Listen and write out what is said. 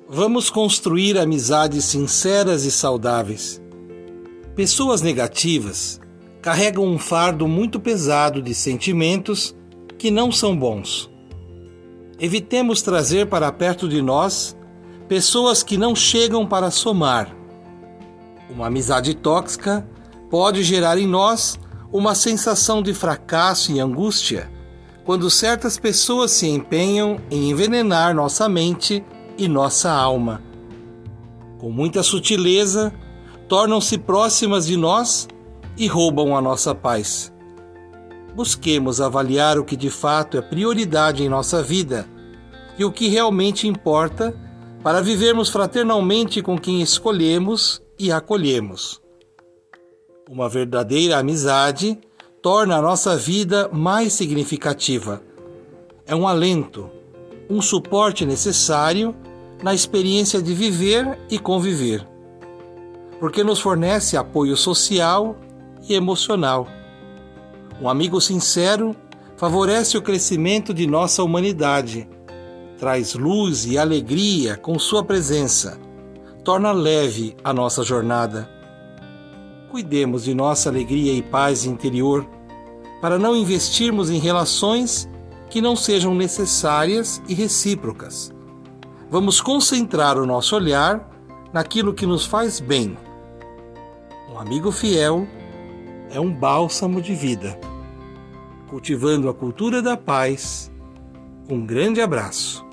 Vamos construir amizades sinceras e saudáveis. Pessoas negativas carregam um fardo muito pesado de sentimentos que não são bons. Evitemos trazer para perto de nós pessoas que não chegam para somar. Uma amizade tóxica pode gerar em nós uma sensação de fracasso e angústia quando certas pessoas se empenham em envenenar nossa mente e nossa alma. Com muita sutileza, tornam-se próximas de nós e roubam a nossa paz. Busquemos avaliar o que de fato é prioridade em nossa vida e o que realmente importa para vivermos fraternalmente com quem escolhemos e acolhemos. Uma verdadeira amizade torna a nossa vida mais significativa. É um alento, um suporte necessário na experiência de viver e conviver, porque nos fornece apoio social e emocional. Um amigo sincero favorece o crescimento de nossa humanidade, traz luz e alegria com sua presença, torna leve a nossa jornada. Cuidemos de nossa alegria e paz interior, para não investirmos em relações que não sejam necessárias e recíprocas. Vamos concentrar o nosso olhar naquilo que nos faz bem. Um amigo fiel é um bálsamo de vida. Cultivando a cultura da paz, um grande abraço.